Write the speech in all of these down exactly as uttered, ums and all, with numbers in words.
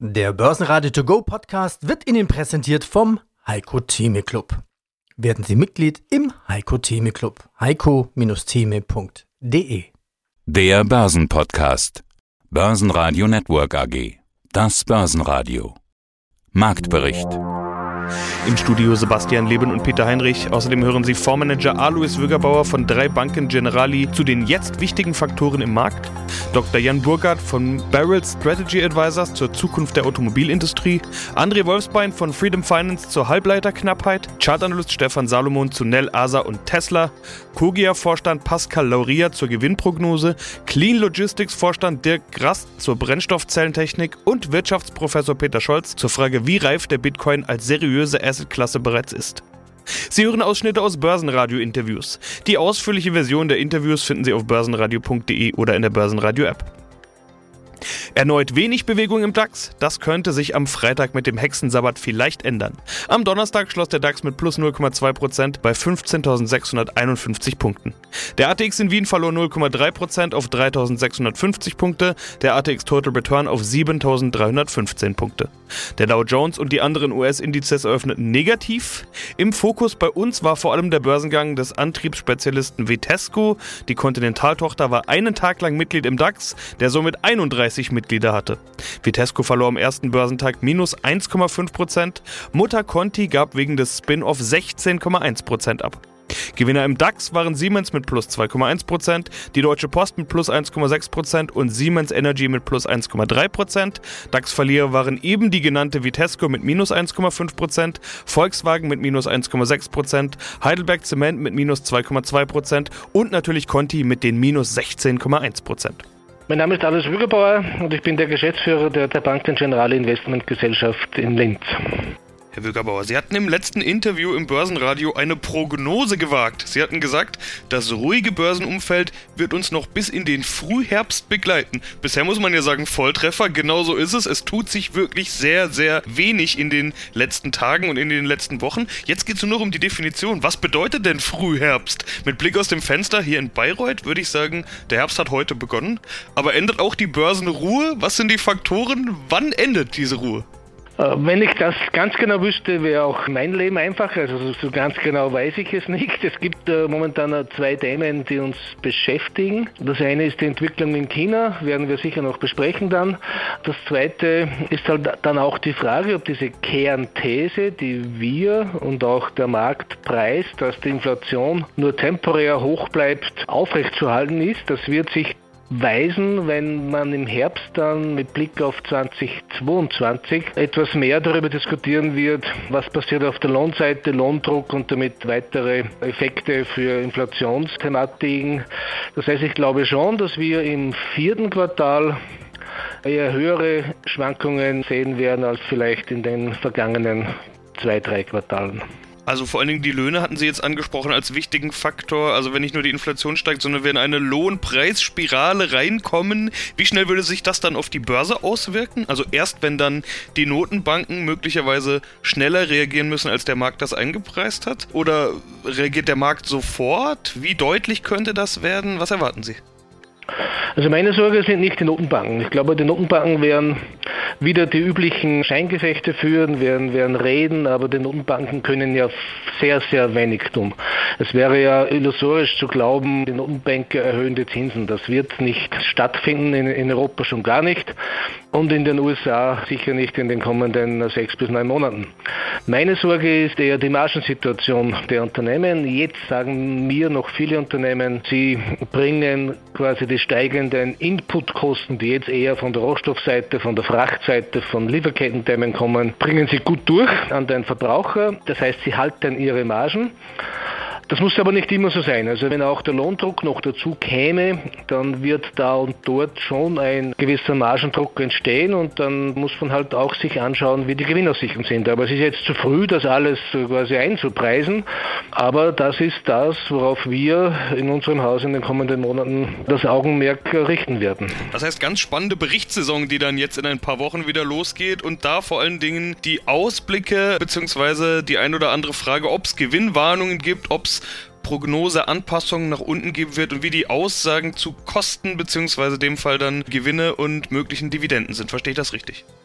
Der Börsenradio To Go Podcast wird Ihnen präsentiert vom Heiko Theme Club. Werden Sie Mitglied im Heiko Theme Club. heiko Theme punkt de. Der Börsenpodcast. Börsenradio Network A G. Das Börsenradio. Marktbericht. Im Studio Sebastian Leben und Peter Heinrich. Außerdem hören Sie Fondsmanager Alois Wögerbauer von drei Banken Generali zu den jetzt wichtigen Faktoren im Markt, Doktor Jan Burkhardt von Beryl Strategy Advisors zur Zukunft der Automobilindustrie, André Wolfsbein von Freedom Finance zur Halbleiterknappheit, Chartanalyst Stefan Salomon zu Nel, Asa und Tesla, Cogia-Vorstand Pascal Lauria zur Gewinnprognose, Clean Logistics-Vorstand Dirk Rast zur Brennstoffzellentechnik und Wirtschaftsprofessor Peter Scholz zur Frage, wie reif der Bitcoin als seriöse Assetklasse bereits ist. Sie hören Ausschnitte aus Börsenradio-Interviews. Die ausführliche Version der Interviews finden Sie auf börsenradio punkt de oder in der Börsenradio-App. Erneut wenig Bewegung im DAX, das könnte sich am Freitag mit dem Hexensabbat vielleicht ändern. Am Donnerstag schloss der DAX mit plus null Komma zwei Prozent bei fünfzehntausendsechshunderteinundfünfzig Punkten. Der A T X in Wien verlor null Komma drei Prozent auf dreitausendsechshundertfünfzig Punkte, der A T X Total Return auf siebentausenddreihundertfünfzehn Punkte. Der Dow Jones und die anderen U S-Indizes eröffneten negativ. Im Fokus bei uns war vor allem der Börsengang des Antriebsspezialisten Vitesco. Die Continental-Tochter war einen Tag lang Mitglied im DAX, der somit einunddreißig Mitglieder hatte. Vitesco verlor am ersten Börsentag minus eins Komma fünf Prozent. Mutter Conti gab wegen des Spin-off sechzehn Komma eins Prozent ab. Gewinner im DAX waren Siemens mit plus zwei Komma eins Prozent, die Deutsche Post mit plus eins Komma sechs Prozent und Siemens Energy mit plus eins Komma drei Prozent. DAX-Verlierer waren eben die genannte Vitesco mit minus eins Komma fünf Prozent, Volkswagen mit minus eins Komma sechs Prozent, Heidelberg Zement mit minus zwei Komma zwei Prozent und natürlich Conti mit den minus sechzehn Komma eins Prozent. Mein Name ist Alois Wögerbauer und ich bin der Geschäftsführer der, der Banken Generali Investmentgesellschaft in Linz. Herr Wögerbauer, Sie hatten im letzten Interview im Börsenradio eine Prognose gewagt. Sie hatten gesagt, das ruhige Börsenumfeld wird uns noch bis in den Frühherbst begleiten. Bisher muss man ja sagen, Volltreffer, genau so ist es. Es tut sich wirklich sehr, sehr wenig in den letzten Tagen und in den letzten Wochen. Jetzt geht es nur noch um die Definition. Was bedeutet denn Frühherbst? Mit Blick aus dem Fenster hier in Bayreuth würde ich sagen, der Herbst hat heute begonnen. Aber endet auch die Börsenruhe? Was sind die Faktoren? Wann endet diese Ruhe? Wenn ich das ganz genau wüsste, wäre auch mein Leben einfach. Also so ganz genau weiß ich es nicht. Es gibt äh, momentan zwei Themen, die uns beschäftigen. Das eine ist die Entwicklung in China, werden wir sicher noch besprechen dann. Das zweite ist halt dann auch die Frage, ob diese Kernthese, die wir und auch der Markt preist, dass die Inflation nur temporär hoch bleibt, aufrechtzuerhalten ist. Das wird sich weisen, wenn man im Herbst dann mit Blick auf zweitausendzweiundzwanzig etwas mehr darüber diskutieren wird, was passiert auf der Lohnseite, Lohndruck und damit weitere Effekte für Inflationsthematiken. Das heißt, ich glaube schon, dass wir im vierten Quartal eher höhere Schwankungen sehen werden als vielleicht in den vergangenen zwei, drei Quartalen. Also vor allen Dingen die Löhne hatten Sie jetzt angesprochen als wichtigen Faktor. Also wenn nicht nur die Inflation steigt, sondern wir in eine Lohnpreisspirale reinkommen, wie schnell würde sich das dann auf die Börse auswirken? Also erst wenn dann die Notenbanken möglicherweise schneller reagieren müssen, als der Markt das eingepreist hat? Oder reagiert der Markt sofort? Wie deutlich könnte das werden? Was erwarten Sie? Also meine Sorge sind nicht die Notenbanken. Ich glaube, die Notenbanken werden wieder die üblichen Scheingefechte führen, werden, werden reden, aber die Notenbanken können ja sehr, sehr wenig tun. Es wäre ja illusorisch zu glauben, die Notenbanker erhöhen die Zinsen. Das wird nicht stattfinden, in, in Europa schon gar nicht und in den U S A sicher nicht in den kommenden sechs bis neun Monaten. Meine Sorge ist eher die Margensituation der Unternehmen. Jetzt sagen mir noch viele Unternehmen, sie bringen quasi die steigenden Inputkosten, die jetzt eher von der Rohstoffseite, von der Frachtseite, von Lieferkettenthemen kommen, bringen sie gut durch an den Verbraucher. Das heißt, sie halten ihre Margen. Das muss aber nicht immer so sein. Also wenn auch der Lohndruck noch dazu käme, dann wird da und dort schon ein gewisser Margendruck entstehen und dann muss man halt auch sich anschauen, wie die Gewinnaussichten sind. Aber es ist jetzt zu früh, das alles quasi einzupreisen. Aber das ist das, worauf wir in unserem Haus in den kommenden Monaten das Augenmerk richten werden. Das heißt, ganz spannende Berichtssaison, die dann jetzt in ein paar Wochen wieder losgeht und da vor allen Dingen die Ausblicke bzw. die ein oder andere Frage, ob es Gewinnwarnungen gibt, ob es Prognoseanpassungen nach unten geben wird und wie die Aussagen zu Kosten bzw. dem Fall dann Gewinne und möglichen Dividenden sind. Verstehe ich das richtig?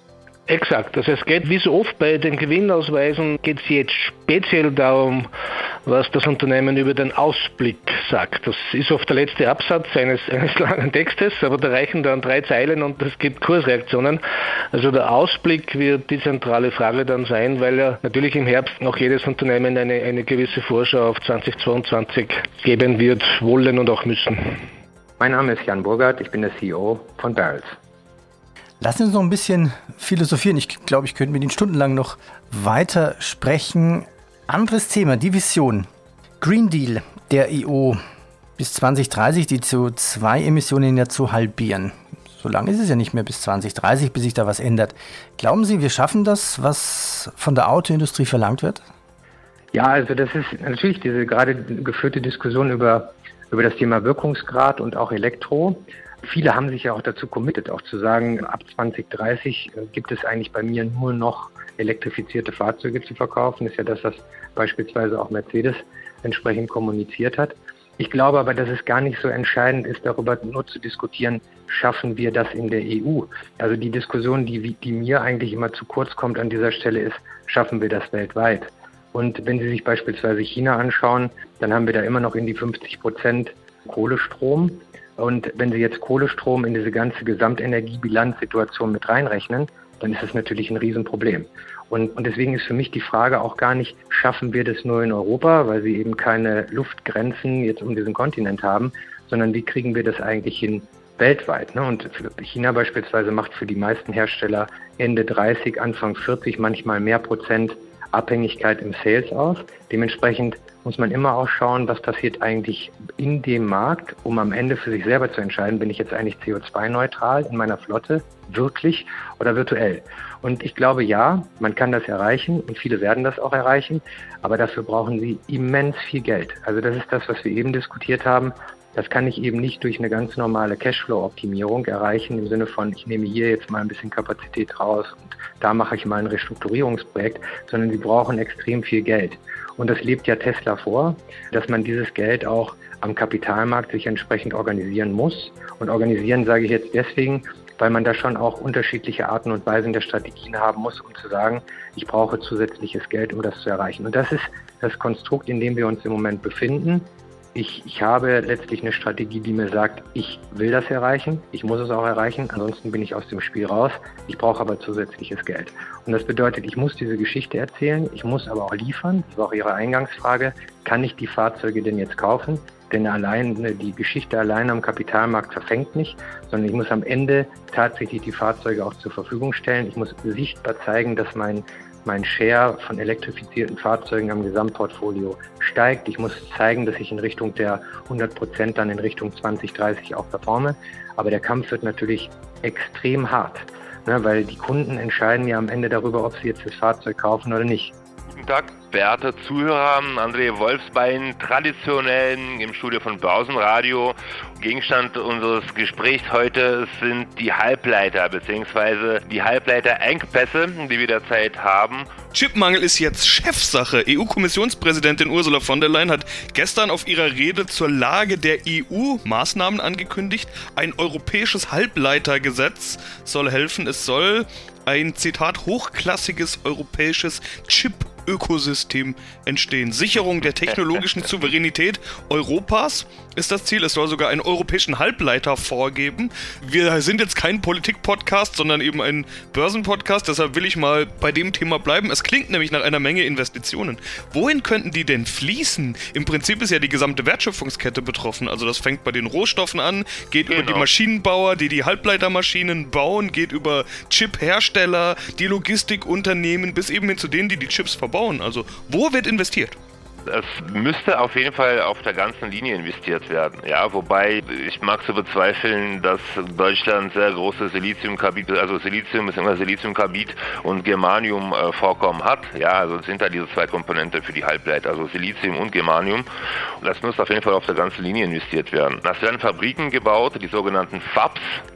Exakt. Also es geht wie so oft bei den Gewinnausweisen, geht es jetzt speziell darum, was das Unternehmen über den Ausblick sagt. Das ist oft der letzte Absatz eines, eines langen Textes, aber da reichen dann drei Zeilen und es gibt Kursreaktionen. Also der Ausblick wird die zentrale Frage dann sein, weil ja natürlich im Herbst noch jedes Unternehmen eine, eine gewisse Vorschau auf zweitausendzweiundzwanzig geben wird, wollen und auch müssen. Mein Name ist Jan Burgard, ich bin der C E O von Barrels. Lassen Sie uns noch ein bisschen philosophieren. Ich glaube, ich könnte mit Ihnen stundenlang noch weiter sprechen. Anderes Thema, die Vision. Green Deal der E U bis zwanzig dreißig die C O zwei Emissionen ja zu halbieren. So lange ist es ja nicht mehr bis zwanzig dreißig, bis sich da was ändert. Glauben Sie, wir schaffen das, was von der Autoindustrie verlangt wird? Ja, also das ist natürlich diese gerade geführte Diskussion über, über das Thema Wirkungsgrad und auch Elektro. Viele haben sich ja auch dazu committed, auch zu sagen, ab zwanzig dreißig gibt es eigentlich bei mir nur noch elektrifizierte Fahrzeuge zu verkaufen. Das ist ja das, was beispielsweise auch Mercedes entsprechend kommuniziert hat. Ich glaube aber, dass es gar nicht so entscheidend ist, darüber nur zu diskutieren, schaffen wir das in der E U? Also die Diskussion, die, die mir eigentlich immer zu kurz kommt an dieser Stelle ist, schaffen wir das weltweit? Und wenn Sie sich beispielsweise China anschauen, dann haben wir da immer noch in die fünfzig Prozent Kohlestrom. Und wenn Sie jetzt Kohlestrom in diese ganze Gesamtenergiebilanzsituation mit reinrechnen, dann ist das natürlich ein Riesenproblem. Und, und deswegen ist für mich die Frage auch gar nicht, schaffen wir das nur in Europa, weil sie eben keine Luftgrenzen jetzt um diesen Kontinent haben, sondern wie kriegen wir das eigentlich hin weltweit? Ne? Und China beispielsweise macht für die meisten Hersteller Ende dreißig, Anfang vierzig, manchmal mehr Prozent Abhängigkeit im Sales aus. Dementsprechend muss man immer auch schauen, was passiert eigentlich in dem Markt, um am Ende für sich selber zu entscheiden, bin ich jetzt eigentlich C O zwei neutral in meiner Flotte, wirklich oder virtuell. Und ich glaube, ja, man kann das erreichen und viele werden das auch erreichen, aber dafür brauchen sie immens viel Geld. Also das ist das, was wir eben diskutiert haben. Das kann ich eben nicht durch eine ganz normale Cashflow-Optimierung erreichen, im Sinne von, ich nehme hier jetzt mal ein bisschen Kapazität raus und da mache ich mal ein Restrukturierungsprojekt, sondern sie brauchen extrem viel Geld. Und das lebt ja Tesla vor, dass man dieses Geld auch am Kapitalmarkt sich entsprechend organisieren muss. Und organisieren sage ich jetzt deswegen, weil man da schon auch unterschiedliche Arten und Weisen der Strategien haben muss, um zu sagen, ich brauche zusätzliches Geld, um das zu erreichen. Und das ist das Konstrukt, in dem wir uns im Moment befinden. Ich, ich habe letztlich eine Strategie, die mir sagt, ich will das erreichen, ich muss es auch erreichen, ansonsten bin ich aus dem Spiel raus. Ich brauche aber zusätzliches Geld. Und das bedeutet, ich muss diese Geschichte erzählen, ich muss aber auch liefern. Das war auch Ihre Eingangsfrage, kann ich die Fahrzeuge denn jetzt kaufen? Denn allein die Geschichte allein am Kapitalmarkt verfängt nicht, sondern ich muss am Ende tatsächlich die Fahrzeuge auch zur Verfügung stellen. Ich muss sichtbar zeigen, dass mein mein Share von elektrifizierten Fahrzeugen am Gesamtportfolio steigt. Ich muss zeigen, dass ich in Richtung der hundert Prozent dann in Richtung zwanzig dreißig auch performe. Aber der Kampf wird natürlich extrem hart, ne, weil die Kunden entscheiden ja am Ende darüber, ob sie jetzt das Fahrzeug kaufen oder nicht. Guten Tag, verehrte Zuhörer. André Wolfsbein, traditionell im Studio von Börsenradio. Gegenstand unseres Gesprächs heute sind die Halbleiter bzw. die Halbleiterengpässe, die wir derzeit haben. Chipmangel ist jetzt Chefsache. E U-Kommissionspräsidentin Ursula von der Leyen hat gestern auf ihrer Rede zur Lage der E U Maßnahmen angekündigt. Ein europäisches Halbleitergesetz soll helfen. Es soll ein, Zitat, hochklassiges europäisches Chip-Ökosystem entstehen. Sicherung der technologischen Souveränität Europas ist das Ziel. Es soll sogar einen europäischen Halbleiter vorgeben. Wir sind jetzt kein Politik-Podcast, sondern eben ein Börsen-Podcast. Deshalb will ich mal bei dem Thema bleiben. Es klingt nämlich nach einer Menge Investitionen. Wohin könnten die denn fließen? Im Prinzip ist ja die gesamte Wertschöpfungskette betroffen. Also das fängt bei den Rohstoffen an, geht genau über die Maschinenbauer, die die Halbleitermaschinen bauen, geht über Chip-Hersteller, die Logistikunternehmen, bis eben hin zu denen, die die Chips verbauen. Also wo wird investiert? Es müsste auf jeden Fall auf der ganzen Linie investiert werden. Ja, wobei ich mag zu bezweifeln, dass Deutschland sehr große Siliziumkarbid, also Silizium ist immer Siliziumkarbid und Germanium-Vorkommen hat. Ja, also sind da diese zwei Komponenten für die Halbleiter, also Silizium und Germanium. Das muss auf jeden Fall auf der ganzen Linie investiert werden. Es werden Fabriken gebaut, die sogenannten Fabs.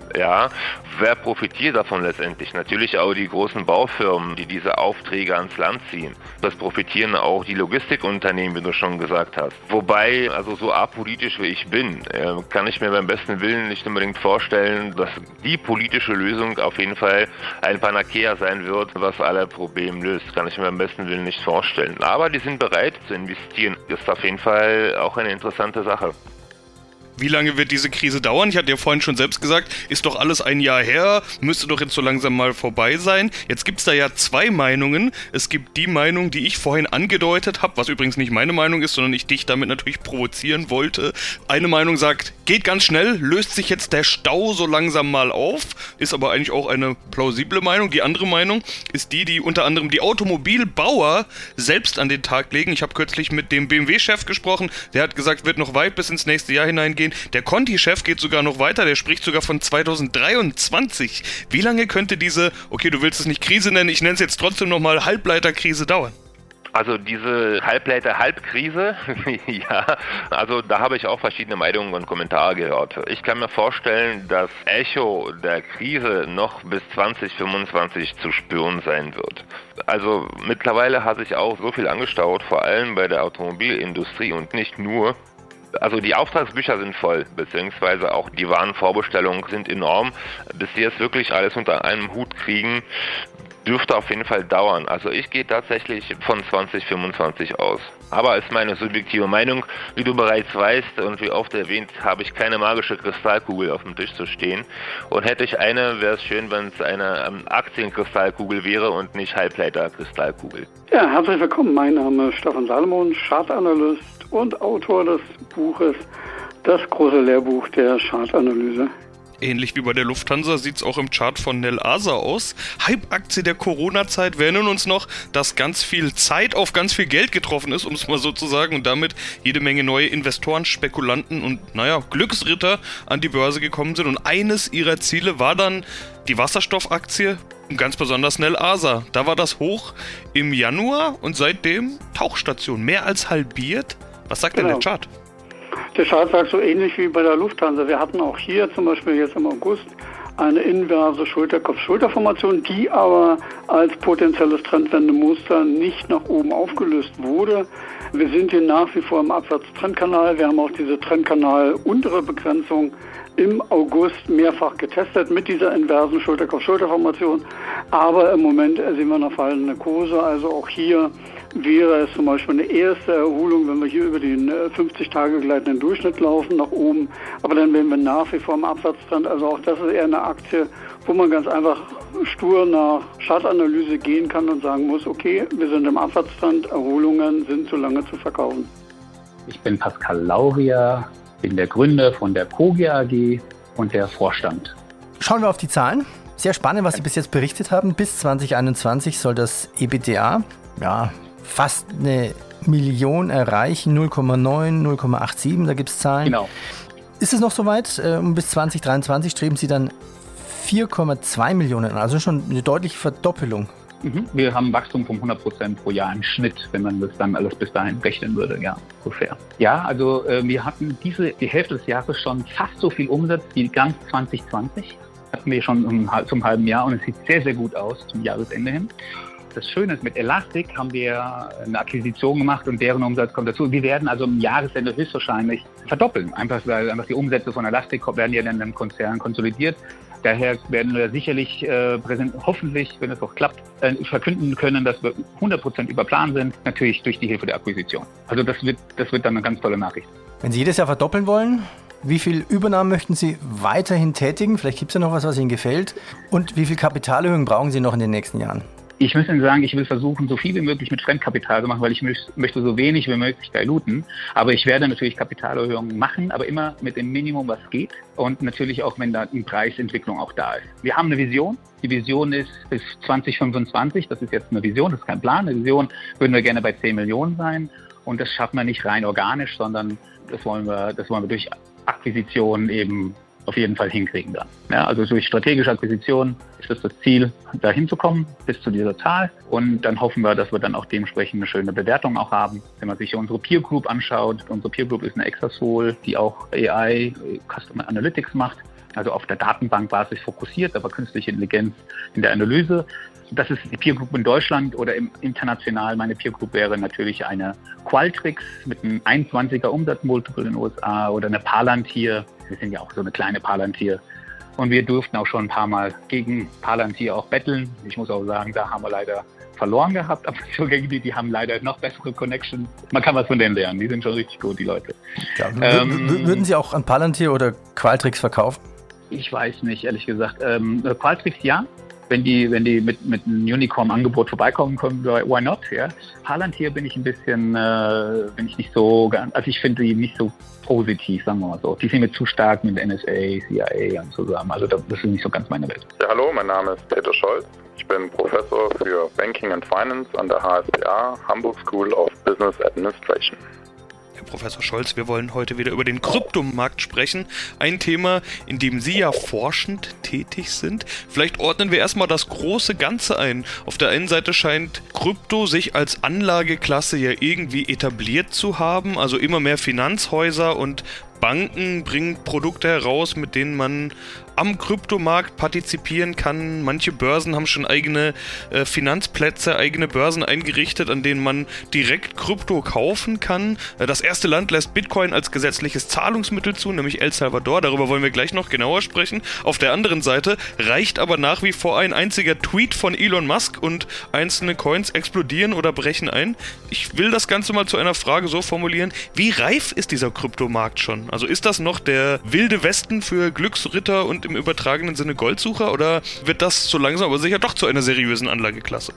Ja, wer profitiert davon letztendlich? Natürlich auch die großen Baufirmen, die diese Aufträge ans Land ziehen. Das profitieren auch die Logistikunternehmen, wie du schon gesagt hast. Wobei, also so apolitisch wie ich bin, kann ich mir beim besten Willen nicht unbedingt vorstellen, dass die politische Lösung auf jeden Fall ein Panacea sein wird, was alle Probleme löst. Kann ich mir beim besten Willen nicht vorstellen. Aber die sind bereit zu investieren. Das ist auf jeden Fall auch eine interessante Sache. Wie lange wird diese Krise dauern? Ich hatte ja vorhin schon selbst gesagt, ist doch alles ein Jahr her, müsste doch jetzt so langsam mal vorbei sein. Jetzt gibt es da ja zwei Meinungen. Es gibt die Meinung, die ich vorhin angedeutet habe, was übrigens nicht meine Meinung ist, sondern ich dich damit natürlich provozieren wollte. Eine Meinung sagt, geht ganz schnell, löst sich jetzt der Stau so langsam mal auf, ist aber eigentlich auch eine plausible Meinung. Die andere Meinung ist die, die unter anderem die Automobilbauer selbst an den Tag legen. Ich habe kürzlich mit dem B M W-Chef gesprochen, der hat gesagt, wird noch weit bis ins nächste Jahr hineingehen. Der Conti-Chef geht sogar noch weiter, der spricht sogar von zweitausenddreiundzwanzig. Wie lange könnte diese, okay, du willst es nicht Krise nennen, ich nenne es jetzt trotzdem nochmal Halbleiterkrise dauern? Also diese Halbleiter-Halbkrise, ja, also da habe ich auch verschiedene Meinungen und Kommentare gehört. Ich kann mir vorstellen, dass Echo der Krise noch bis zwanzig fünfundzwanzig zu spüren sein wird. Also mittlerweile hat sich auch so viel angestaut, vor allem bei der Automobilindustrie und nicht nur. Also die Auftragsbücher sind voll, beziehungsweise auch die Warenvorbestellungen sind enorm. Bis sie es wirklich alles unter einem Hut kriegen, dürfte auf jeden Fall dauern. Also ich gehe tatsächlich von zwanzig fünfundzwanzig aus. Aber ist meine subjektive Meinung. Wie du bereits weißt und wie oft erwähnt, habe ich keine magische Kristallkugel auf dem Tisch zu stehen. Und hätte ich eine, wäre es schön, wenn es eine ähm, Aktienkristallkugel wäre und nicht Halbleiter-Kristallkugel. Ja, herzlich willkommen. Mein Name ist Stefan Salomon, Chartanalyst und Autor des Buches Das große Lehrbuch der Chartanalyse. Ähnlich wie bei der Lufthansa sieht es auch im Chart von Nel Asa aus. Hype-Aktie der Corona-Zeit. Wir erinnern uns noch, dass ganz viel Zeit auf ganz viel Geld getroffen ist, um es mal so zu sagen, und damit jede Menge neue Investoren, Spekulanten und, naja, Glücksritter an die Börse gekommen sind. Und eines ihrer Ziele war dann die Wasserstoffaktie und ganz besonders Nel Asa. Da war das hoch im Januar und seitdem Tauchstation mehr als halbiert. Was sagt genau. denn der Chart? Der Chart sagt so ähnlich wie bei der Lufthansa. Wir hatten auch hier zum Beispiel jetzt im August eine inverse Schulterkopf-Schulterformation, die aber als potenzielles Trendwendemuster nicht nach oben aufgelöst wurde. Wir sind hier nach wie vor im Abwärtstrendkanal. Wir haben auch diese Trendkanal untere Begrenzung im August mehrfach getestet mit dieser inversen Schulterkopf-Schulterformation. Aber im Moment sehen wir eine fallende Kurse. Also auch hier wäre es zum Beispiel eine erste Erholung, wenn wir hier über den fünfzig Tage gleitenden Durchschnitt laufen, nach oben. Aber dann wären wir nach wie vor im Absatztrend. Also auch das ist eher eine Aktie, wo man ganz einfach stur nach Chartanalyse gehen kann und sagen muss, okay, wir sind im Absatztrend, Erholungen sind so lange zu verkaufen. Ich bin Pascal Laurier, bin der Gründer von der Kogi A G und der Vorstand. Schauen wir auf die Zahlen. Sehr spannend, was Sie bis jetzt berichtet haben. Bis zwanzig einundzwanzig soll das EBITDA, ja, fast eine Million erreichen, null Komma neun, null Komma siebenundachtzig, da gibt es Zahlen. Genau. Ist es noch soweit? Um bis zwanzig dreiundzwanzig streben Sie dann vier Komma zwei Millionen an, also schon eine deutliche Verdoppelung. Mhm. Wir haben ein Wachstum von hundert Prozent pro Jahr im Schnitt, wenn man das dann alles bis dahin rechnen würde, ja, ungefähr. Ja, also äh, wir hatten diese, die Hälfte des Jahres schon fast so viel Umsatz wie ganz zwanzig zwanzig. Hatten wir schon um, zum halben Jahr und es sieht sehr, sehr gut aus zum Jahresende hin. Das Schöne ist, mit Elastic haben wir eine Akquisition gemacht und deren Umsatz kommt dazu. Wir werden also im Jahresende höchstwahrscheinlich verdoppeln. Einfach weil einfach die Umsätze von Elastic werden ja dann im Konzern konsolidiert. Daher werden wir sicherlich, äh, präsent, hoffentlich, wenn es auch klappt, äh, verkünden können, dass wir hundert Prozent über Plan sind, natürlich durch die Hilfe der Akquisition. Also das wird, das wird dann eine ganz tolle Nachricht. Wenn Sie jedes Jahr verdoppeln wollen, wie viel Übernahmen möchten Sie weiterhin tätigen? Vielleicht gibt es ja noch was, was Ihnen gefällt. Und wie viel Kapitalerhöhung brauchen Sie noch in den nächsten Jahren? Ich muss Ihnen sagen, ich will versuchen, so viel wie möglich mit Fremdkapital zu machen, weil ich möchte so wenig wie möglich diluten. Aber ich werde natürlich Kapitalerhöhungen machen, aber immer mit dem Minimum, was geht. Und natürlich auch, wenn da eine Preisentwicklung auch da ist. Wir haben eine Vision. Die Vision ist bis zwanzig fünfundzwanzig. Das ist jetzt eine Vision, das ist kein Plan. Eine Vision würden wir gerne bei zehn Millionen sein. Und das schaffen wir nicht rein organisch, sondern das wollen wir, das wollen wir durch Akquisitionen eben auf jeden Fall hinkriegen dann. Ja, also durch strategische Akquisition ist das das Ziel, da hinzukommen, bis zu dieser Zahl. Und dann hoffen wir, dass wir dann auch dementsprechend eine schöne Bewertung auch haben. Wenn man sich unsere Peer Group anschaut, unsere Peer Group ist eine Exasol, die auch A I, Customer Analytics macht. also auf der Datenbankbasis fokussiert, aber künstliche Intelligenz in der Analyse. Das ist die Peer Group in Deutschland oder im international. Meine Peer Group wäre natürlich eine Qualtrics mit einem einundzwanziger Umsatzmultiple in den U S A oder eine Palantir. Wir sind ja auch so eine kleine Palantir. Und wir durften auch schon ein paar Mal gegen Palantir auch betteln. Ich muss auch sagen, da haben wir leider verloren gehabt, aber schon gegen die, die haben leider noch bessere Connections. Man kann was von denen lernen, die sind schon richtig gut, die Leute. Ja, ähm, würden Sie auch an Palantir oder Qualtrics verkaufen? Ich weiß nicht, ehrlich gesagt. Ähm, Qualtrics ja. Wenn die, wenn die mit, mit einem Unicorn-Angebot vorbeikommen können, why not? Ja? Palantir bin ich ein bisschen, äh, bin ich nicht so, also ich finde die nicht so positiv, sagen wir mal so. Die sind mir zu stark mit N S A, C I A und so zusammen. Also das ist nicht so ganz meine Welt. Ja, hallo, mein Name ist Peter Scholz. Ich bin Professor für Banking and Finance an der H S B A, Hamburg School of Business Administration. Herr Professor Scholz, wir wollen heute wieder über den Kryptomarkt sprechen. Ein Thema, in dem Sie ja forschend tätig sind. Vielleicht ordnen wir erstmal das große Ganze ein. Auf der einen Seite scheint Krypto sich als Anlageklasse ja irgendwie etabliert zu haben. Also immer mehr Finanzhäuser und Banken bringen Produkte heraus, mit denen man am Kryptomarkt partizipieren kann. Manche Börsen haben schon eigene äh, Finanzplätze, eigene Börsen eingerichtet, an denen man direkt Krypto kaufen kann. Äh, das erste Land lässt Bitcoin als gesetzliches Zahlungsmittel zu, nämlich El Salvador. Darüber wollen wir gleich noch genauer sprechen. Auf der anderen Seite reicht aber nach wie vor ein einziger Tweet von Elon Musk und einzelne Coins explodieren oder brechen ein. Ich will das Ganze mal zu einer Frage so formulieren: Wie reif ist dieser Kryptomarkt schon? Also ist das noch der wilde Westen für Glücksritter und im übertragenen Sinne Goldsucher, oder wird das so langsam aber sicher doch zu einer seriösen Anlageklasse?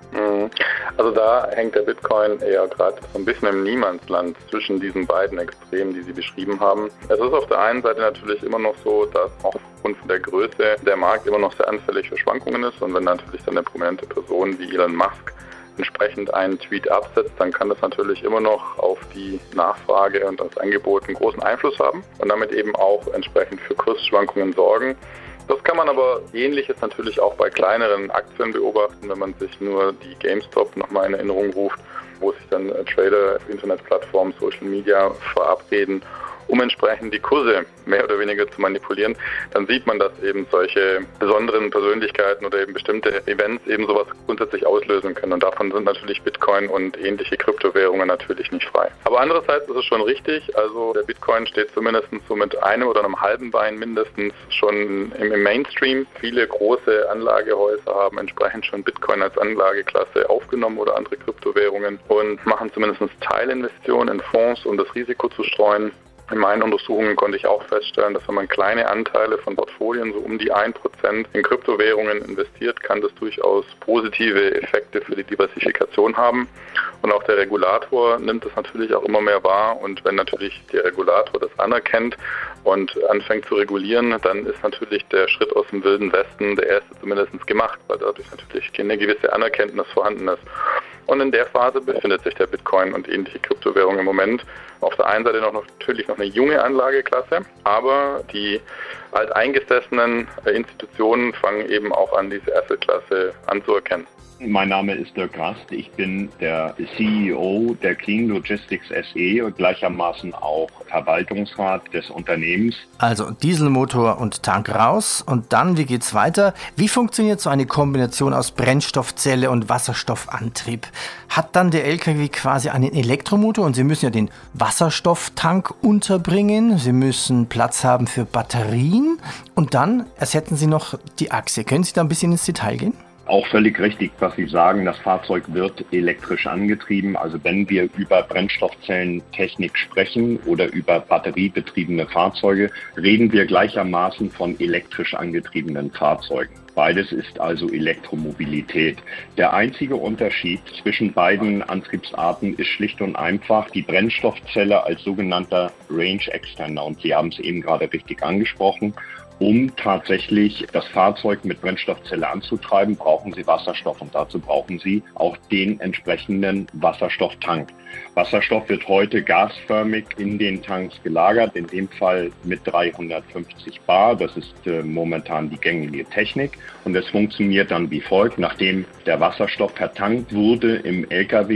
Also da hängt der Bitcoin eher gerade so ein bisschen im Niemandsland zwischen diesen beiden Extremen, die Sie beschrieben haben. Es ist auf der einen Seite natürlich immer noch so, dass auch aufgrund von der Größe der Markt immer noch sehr anfällig für Schwankungen ist, und wenn natürlich dann eine prominente Person wie Elon Musk entsprechend einen Tweet absetzt, dann kann das natürlich immer noch auf die Nachfrage und das Angebot einen großen Einfluss haben und damit eben auch entsprechend für Kursschwankungen sorgen. Das kann man aber Ähnliches natürlich auch bei kleineren Aktien beobachten, wenn man sich nur die GameStop nochmal in Erinnerung ruft, wo sich dann Trader auf Internetplattformen, Social Media verabreden, um entsprechend die Kurse mehr oder weniger zu manipulieren, dann sieht man, dass eben solche besonderen Persönlichkeiten oder eben bestimmte Events eben sowas grundsätzlich auslösen können. Und davon sind natürlich Bitcoin und ähnliche Kryptowährungen natürlich nicht frei. Aber andererseits ist es schon richtig, also der Bitcoin steht zumindest so mit einem oder einem halben Bein mindestens schon im Mainstream. Viele große Anlagehäuser haben entsprechend schon Bitcoin als Anlageklasse aufgenommen oder andere Kryptowährungen und machen zumindest Teilinvestitionen in Fonds, um das Risiko zu streuen. In meinen Untersuchungen konnte ich auch feststellen, dass wenn man kleine Anteile von Portfolien, so um die ein Prozent in Kryptowährungen investiert, kann das durchaus positive Effekte für die Diversifikation haben. Und auch der Regulator nimmt das natürlich auch immer mehr wahr. Und wenn natürlich der Regulator das anerkennt und anfängt zu regulieren, dann ist natürlich der Schritt aus dem Wilden Westen der erste zumindest gemacht, weil dadurch natürlich eine gewisse Anerkenntnis vorhanden ist. Und in der Phase befindet sich der Bitcoin und ähnliche Kryptowährungen im Moment. Auf der einen Seite noch natürlich noch eine junge Anlageklasse, aber die alteingesessenen Institutionen fangen eben auch an, diese Assetklasse anzuerkennen. Mein Name ist Dirk Rast, ich bin der C E O der Clean Logistics S E und gleichermaßen auch Verwaltungsrat des Unternehmens. Also Dieselmotor und Tank raus, und dann, wie geht's weiter? Wie funktioniert so eine Kombination aus Brennstoffzelle und Wasserstoffantrieb? Hat dann der L K W quasi einen Elektromotor und Sie müssen ja den Wasserstofftank unterbringen, Sie müssen Platz haben für Batterien und dann ersetzen Sie noch die Achse. Können Sie da ein bisschen ins Detail gehen? Auch völlig richtig, was Sie sagen, das Fahrzeug wird elektrisch angetrieben. Also wenn wir über Brennstoffzellentechnik sprechen oder über batteriebetriebene Fahrzeuge, reden wir gleichermaßen von elektrisch angetriebenen Fahrzeugen. Beides ist also Elektromobilität. Der einzige Unterschied zwischen beiden Antriebsarten ist schlicht und einfach die Brennstoffzelle als sogenannter Range Extender. Und Sie haben es eben gerade richtig angesprochen. Um tatsächlich das Fahrzeug mit Brennstoffzelle anzutreiben, brauchen Sie Wasserstoff, und dazu brauchen Sie auch den entsprechenden Wasserstofftank. Wasserstoff wird heute gasförmig in den Tanks gelagert, in dem Fall mit dreihundertfünfzig Bar. Das ist äh, momentan die gängige Technik, und es funktioniert dann wie folgt. Nachdem der Wasserstoff vertankt wurde im L K W,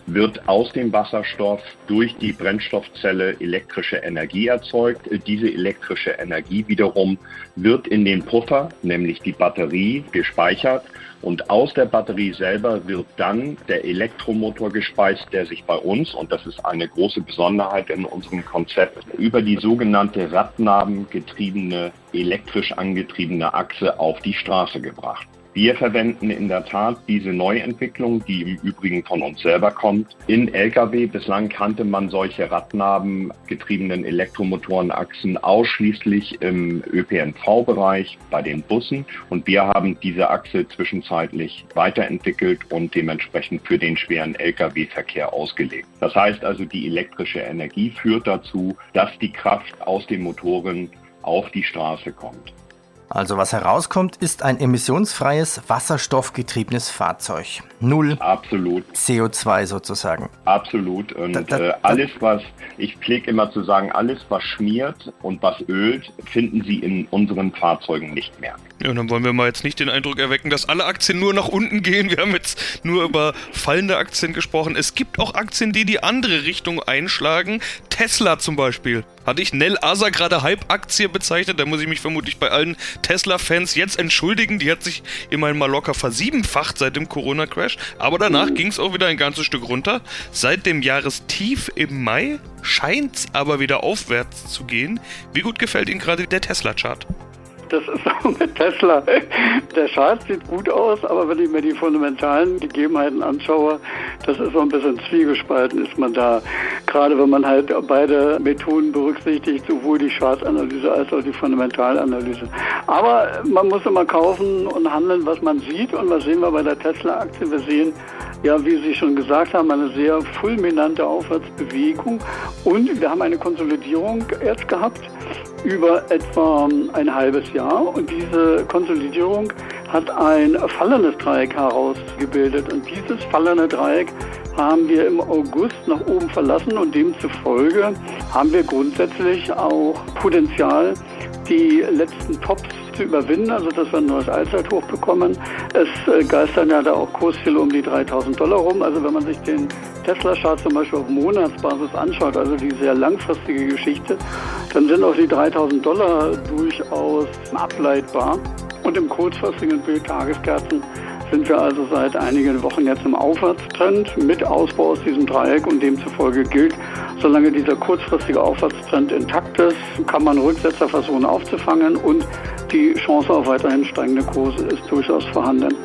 wird aus dem Wasserstoff durch die Brennstoffzelle elektrische Energie erzeugt. Diese elektrische Energie wiederum wird in den Puffer, nämlich die Batterie, gespeichert. Und aus der Batterie selber wird dann der Elektromotor gespeist, der sich bei uns, und das ist eine große Besonderheit in unserem Konzept, über die sogenannte radnabengetriebene, elektrisch angetriebene Achse auf die Straße gebracht. Wir verwenden in der Tat diese Neuentwicklung, die im Übrigen von uns selber kommt, in L K W. Bislang kannte man solche radnabengetriebenen Elektromotorenachsen ausschließlich im Ö P N V-Bereich bei den Bussen. Und wir haben diese Achse zwischenzeitlich weiterentwickelt und dementsprechend für den schweren L K W-Verkehr ausgelegt. Das heißt also, die elektrische Energie führt dazu, dass die Kraft aus den Motoren auf die Straße kommt. Also was herauskommt, ist ein emissionsfreies, wasserstoffgetriebenes Fahrzeug. Null Absolut. C O zwei sozusagen. Absolut. Und da, da, äh, alles, was, ich pflege immer zu sagen, alles, was schmiert und was ölt, finden Sie in unseren Fahrzeugen nicht mehr. Ja, und dann wollen wir mal jetzt nicht den Eindruck erwecken, dass alle Aktien nur nach unten gehen. Wir haben jetzt nur über fallende Aktien gesprochen. Es gibt auch Aktien, die die andere Richtung einschlagen. Tesla zum Beispiel. Hatte ich Nel Asa gerade Hype-Aktie bezeichnet? Da muss ich mich vermutlich bei allen Tesla-Fans jetzt entschuldigen. Die hat sich immerhin mal locker versiebenfacht seit dem Corona-Crash. Aber danach ging es auch wieder ein ganzes Stück runter. Seit dem Jahrestief im Mai scheint es aber wieder aufwärts zu gehen. Wie gut gefällt Ihnen gerade der Tesla-Chart? Das ist auch mit Tesla. Der Chart sieht gut aus, aber wenn ich mir die fundamentalen Gegebenheiten anschaue, das ist so ein bisschen zwiegespalten, ist man da. Gerade wenn man halt beide Methoden berücksichtigt, sowohl die Chartanalyse als auch die Fundamentalanalyse. Aber man muss immer kaufen und handeln, was man sieht. Und was sehen wir bei der Tesla-Aktie? Wir sehen, ja, wie Sie schon gesagt haben, eine sehr fulminante Aufwärtsbewegung. Und wir haben eine Konsolidierung jetzt gehabt über etwa ein halbes Jahr. Und diese Konsolidierung hat ein fallendes Dreieck herausgebildet. Und dieses fallende Dreieck haben wir im August nach oben verlassen und demzufolge haben wir grundsätzlich auch Potenzial, die letzten Tops zu überwinden, also dass wir ein neues Allzeithoch bekommen. Es geistern ja da auch Kursziele um die dreitausend Dollar rum. Also wenn man sich den Tesla-Chart zum Beispiel auf Monatsbasis anschaut, also die sehr langfristige Geschichte, dann sind auch die dreitausend Dollar durchaus ableitbar. Und im kurzfristigen Bild Tageskerzen sind wir also seit einigen Wochen jetzt im Aufwärtstrend mit Ausbau aus diesem Dreieck und demzufolge gilt, solange dieser kurzfristige Aufwärtstrend intakt ist, kann man Rücksetzer versuchen aufzufangen und die Chance auf weiterhin steigende Kurse ist durchaus vorhanden.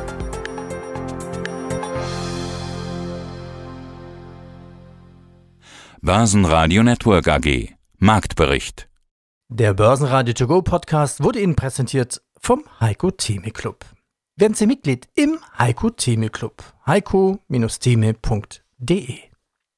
Börsenradio Network A G. Marktbericht. Der Börsenradio To Go Podcast wurde Ihnen präsentiert vom Heiko Theme Club. Werden Sie Mitglied im Heiko Theme Club. heiko Theme punkt de